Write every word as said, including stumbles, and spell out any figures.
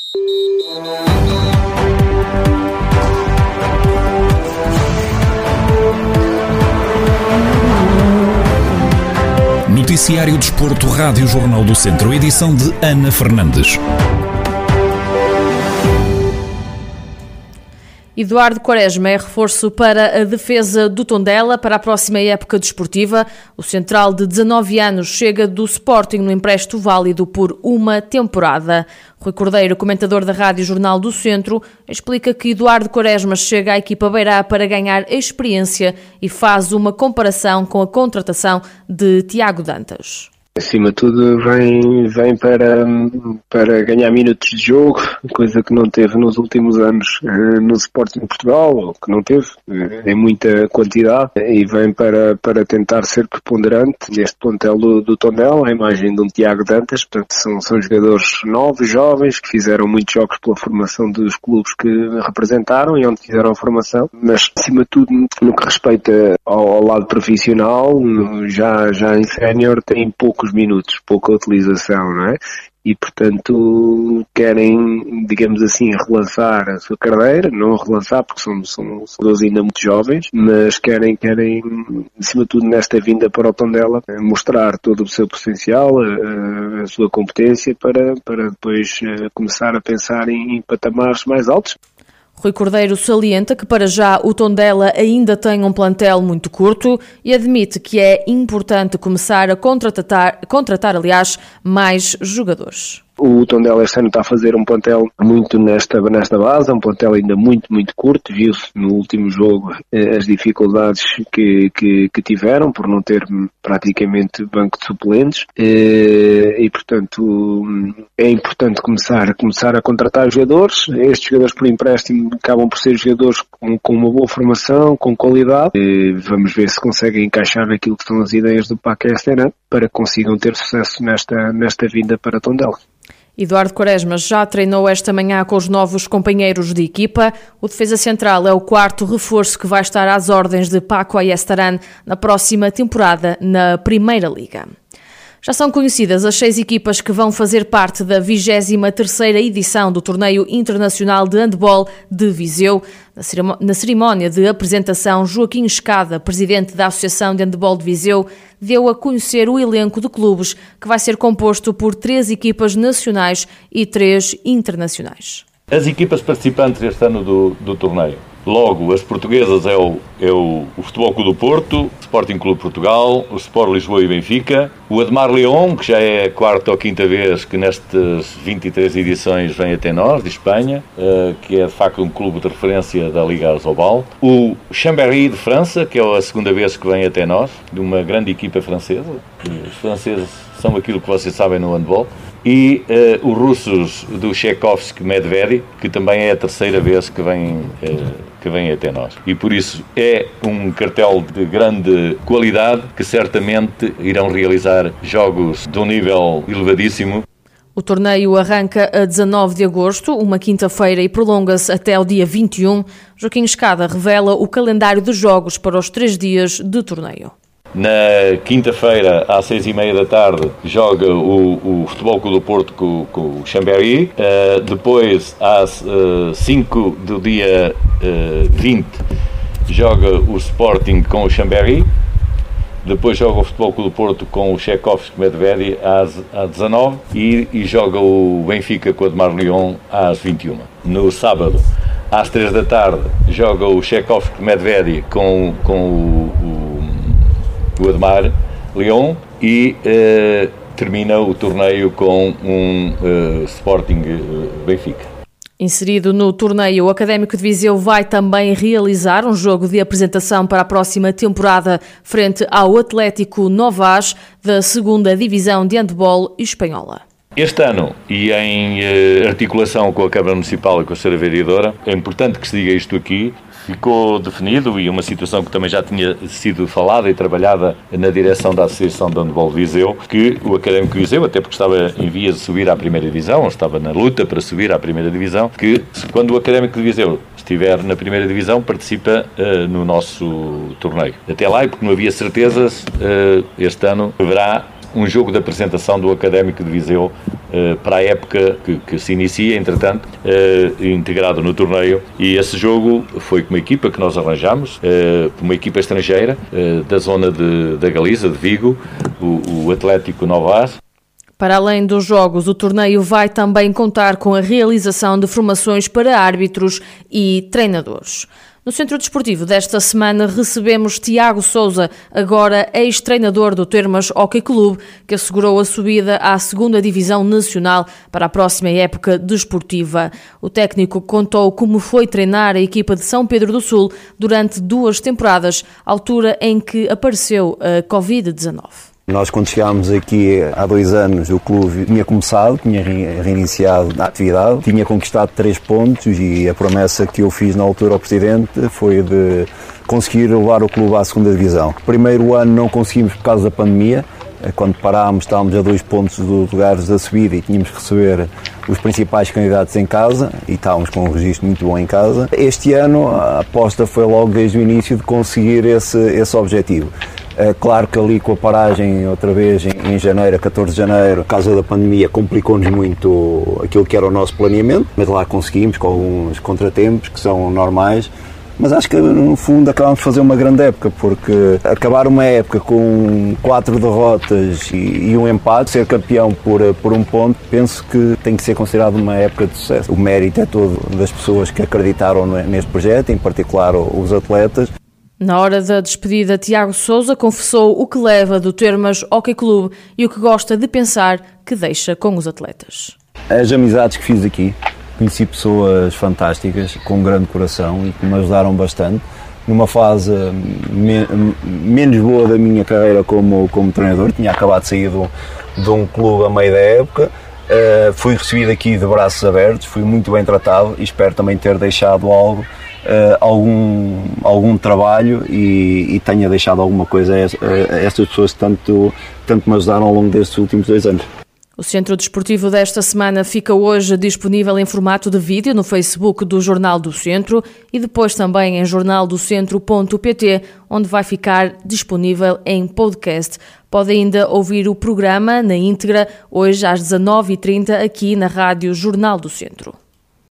Noticiário Desporto, Rádio Jornal do Centro, edição de Ana Fernandes. Eduardo Quaresma é reforço para a defesa do Tondela para a próxima época desportiva. O central de dezanove anos chega do Sporting no empréstimo válido por uma temporada. Rui Cordeiro, comentador da Rádio Jornal do Centro, explica que Eduardo Quaresma chega à equipa beirá para ganhar experiência e faz uma comparação com a contratação de Tiago Dantas. Acima de tudo, vem, vem para, para ganhar minutos de jogo, coisa que não teve nos últimos anos no Sporting de Portugal, ou que não teve em muita quantidade, e vem para, para tentar ser preponderante neste plantel do, do Tondela, a imagem de um Tiago Dantas. Portanto, são, são jogadores novos, jovens, que fizeram muitos jogos pela formação dos clubes que representaram e onde fizeram a formação, mas acima de tudo, no que respeita ao, ao lado profissional, já, já em sénior, tem poucos minutos, pouca utilização, não é? E, portanto, querem, digamos assim, relançar a sua carreira, não relançar porque são, são, são dois ainda muito jovens, mas querem, querem, acima de tudo, nesta vinda para o Tondela, mostrar todo o seu potencial, a, a sua competência, para, para depois começar a pensar em, em patamares mais altos. Rui Cordeiro salienta que para já o Tondela ainda tem um plantel muito curto e admite que é importante começar a contratar, contratar, aliás, mais jogadores. O Tondela este ano está a fazer um plantel muito nesta, nesta base, um plantel ainda muito, muito curto. Viu-se no último jogo eh, as dificuldades que, que, que tiveram por não ter praticamente banco de suplentes eh, e, portanto, é importante começar, começar a contratar jogadores. Estes jogadores por empréstimo acabam por ser jogadores com, com uma boa formação, com qualidade. Eh, vamos ver se conseguem encaixar naquilo que são as ideias do P A C este ano para que consigam ter sucesso nesta, nesta vinda para Tondela. Eduardo Quaresma já treinou esta manhã com os novos companheiros de equipa. O defesa central é o quarto reforço que vai estar às ordens de Paco Ayestaran na próxima temporada na Primeira Liga. Já são conhecidas as seis equipas que vão fazer parte da vigésima terceira edição do Torneio Internacional de Handball de Viseu. Na cerimónia de apresentação, Joaquim Escada, presidente da Associação de Handball de Viseu, deu a conhecer o elenco de clubes, que vai ser composto por três equipas nacionais e três internacionais. As equipas participantes este ano do, do torneio. Logo, as portuguesas é, o, é o, o Futebol Clube do Porto, o Sporting Clube Portugal, o Sport Lisboa e Benfica, o Admar León, que já é a quarta ou quinta vez que nestas vinte e três edições vem até nós, de Espanha, uh, que é de facto um clube de referência da Liga Arzobal, o Chambéry de França, que é a segunda vez que vem até nós, de uma grande equipa francesa. Os franceses são aquilo que vocês sabem no handball. E uh, os russos do Tchaikovsky Medvedev, que também é a terceira vez que vem, uh, que vem até nós. E por isso é um cartel de grande qualidade que certamente irão realizar jogos de um nível elevadíssimo. O torneio arranca a dezanove de agosto, uma quinta-feira, e prolonga-se até ao dia vinte e um. Joaquim Escada revela o calendário de jogos para os três dias de torneio. Na quinta-feira, às seis e meia da tarde, joga o, o Futebol Clube do Porto com, com o Chambéry. Uh, depois, às uh, cinco do dia uh, vinte, joga o Sporting com o Chambéry. Depois joga o Futebol Clube do Porto com o Tchaikovsky Medvedev às, às dezanove e, e joga o Benfica com o Admar León às vinte e uma. No sábado, às três da tarde, joga o Tchaikovsky Medvedev com, com o, o, o Admar León e uh, termina o torneio com um uh, Sporting uh, Benfica. Inserido no torneio, o Académico de Viseu vai também realizar um jogo de apresentação para a próxima temporada frente ao Atlético Novas da segunda Divisão de Handball espanhola. Este ano, e em eh, articulação com a Câmara Municipal e com a Senhora Vereadora, é importante que se diga isto aqui, ficou definido, e uma situação que também já tinha sido falada e trabalhada na direção da Associação de Handball de Viseu, que o Académico de Viseu, até porque estava em vias de subir à primeira divisão, ou estava na luta para subir à primeira divisão, que quando o Académico de Viseu estiver na primeira divisão, participa uh, no nosso torneio. Até lá, e porque não havia certezas, uh, este ano haverá um jogo de apresentação do Académico de Viseu uh, para a época que, que se inicia, entretanto, uh, integrado no torneio. E esse jogo foi com uma equipa que nós arranjamos, uh, uma equipa estrangeira uh, da zona de, da Galiza, de Vigo, o, o Atlético Novas. Para além dos jogos, o torneio vai também contar com a realização de formações para árbitros e treinadores. No Centro Desportivo desta semana recebemos Tiago Sousa, agora ex-treinador do Termas Hockey Clube, que assegurou a subida à segunda Divisão Nacional para a próxima época desportiva. O técnico contou como foi treinar a equipa de São Pedro do Sul durante duas temporadas, altura em que apareceu a covid dezanove. Nós, quando chegámos aqui há dois anos, o clube tinha começado, tinha reiniciado a atividade, tinha conquistado três pontos e a promessa que eu fiz na altura ao Presidente foi de conseguir levar o clube à segunda Divisão. Primeiro ano não conseguimos por causa da pandemia. Quando parámos, estávamos a dois pontos dos lugares da subida e tínhamos que receber os principais candidatos em casa e estávamos com um registro muito bom em casa. Este ano a aposta foi logo desde o início de conseguir esse, esse objetivo. É claro que ali com a paragem outra vez em, em janeiro, catorze de janeiro, por causa da pandemia, complicou-nos muito aquilo que era o nosso planeamento, mas lá conseguimos com alguns contratempos que são normais. Mas acho que no fundo acabámos de fazer uma grande época, porque acabar uma época com quatro derrotas e, e um empate, ser campeão por, por um ponto, penso que tem que ser considerado uma época de sucesso. O mérito é todo das pessoas que acreditaram neste projeto, em particular os atletas. Na hora da despedida, Tiago Sousa confessou o que leva do Termas Hockey Clube e o que gosta de pensar que deixa com os atletas. As amizades que fiz aqui, conheci pessoas fantásticas, com um grande coração e que me ajudaram bastante. Numa fase me, menos boa da minha carreira como, como treinador, tinha acabado de sair do, de um clube a meio da época. Uh, fui recebido aqui de braços abertos, fui muito bem tratado e espero também ter deixado algo. Uh, algum, algum trabalho e, e tenha deixado alguma coisa a, a, a estas pessoas que tanto, tanto me ajudaram ao longo destes últimos dois anos. O Centro Desportivo desta semana fica hoje disponível em formato de vídeo no Facebook do Jornal do Centro e depois também em jornal do centro ponto pt, onde vai ficar disponível em podcast. Pode ainda ouvir o programa na íntegra hoje às dezanove e trinta aqui na Rádio Jornal do Centro.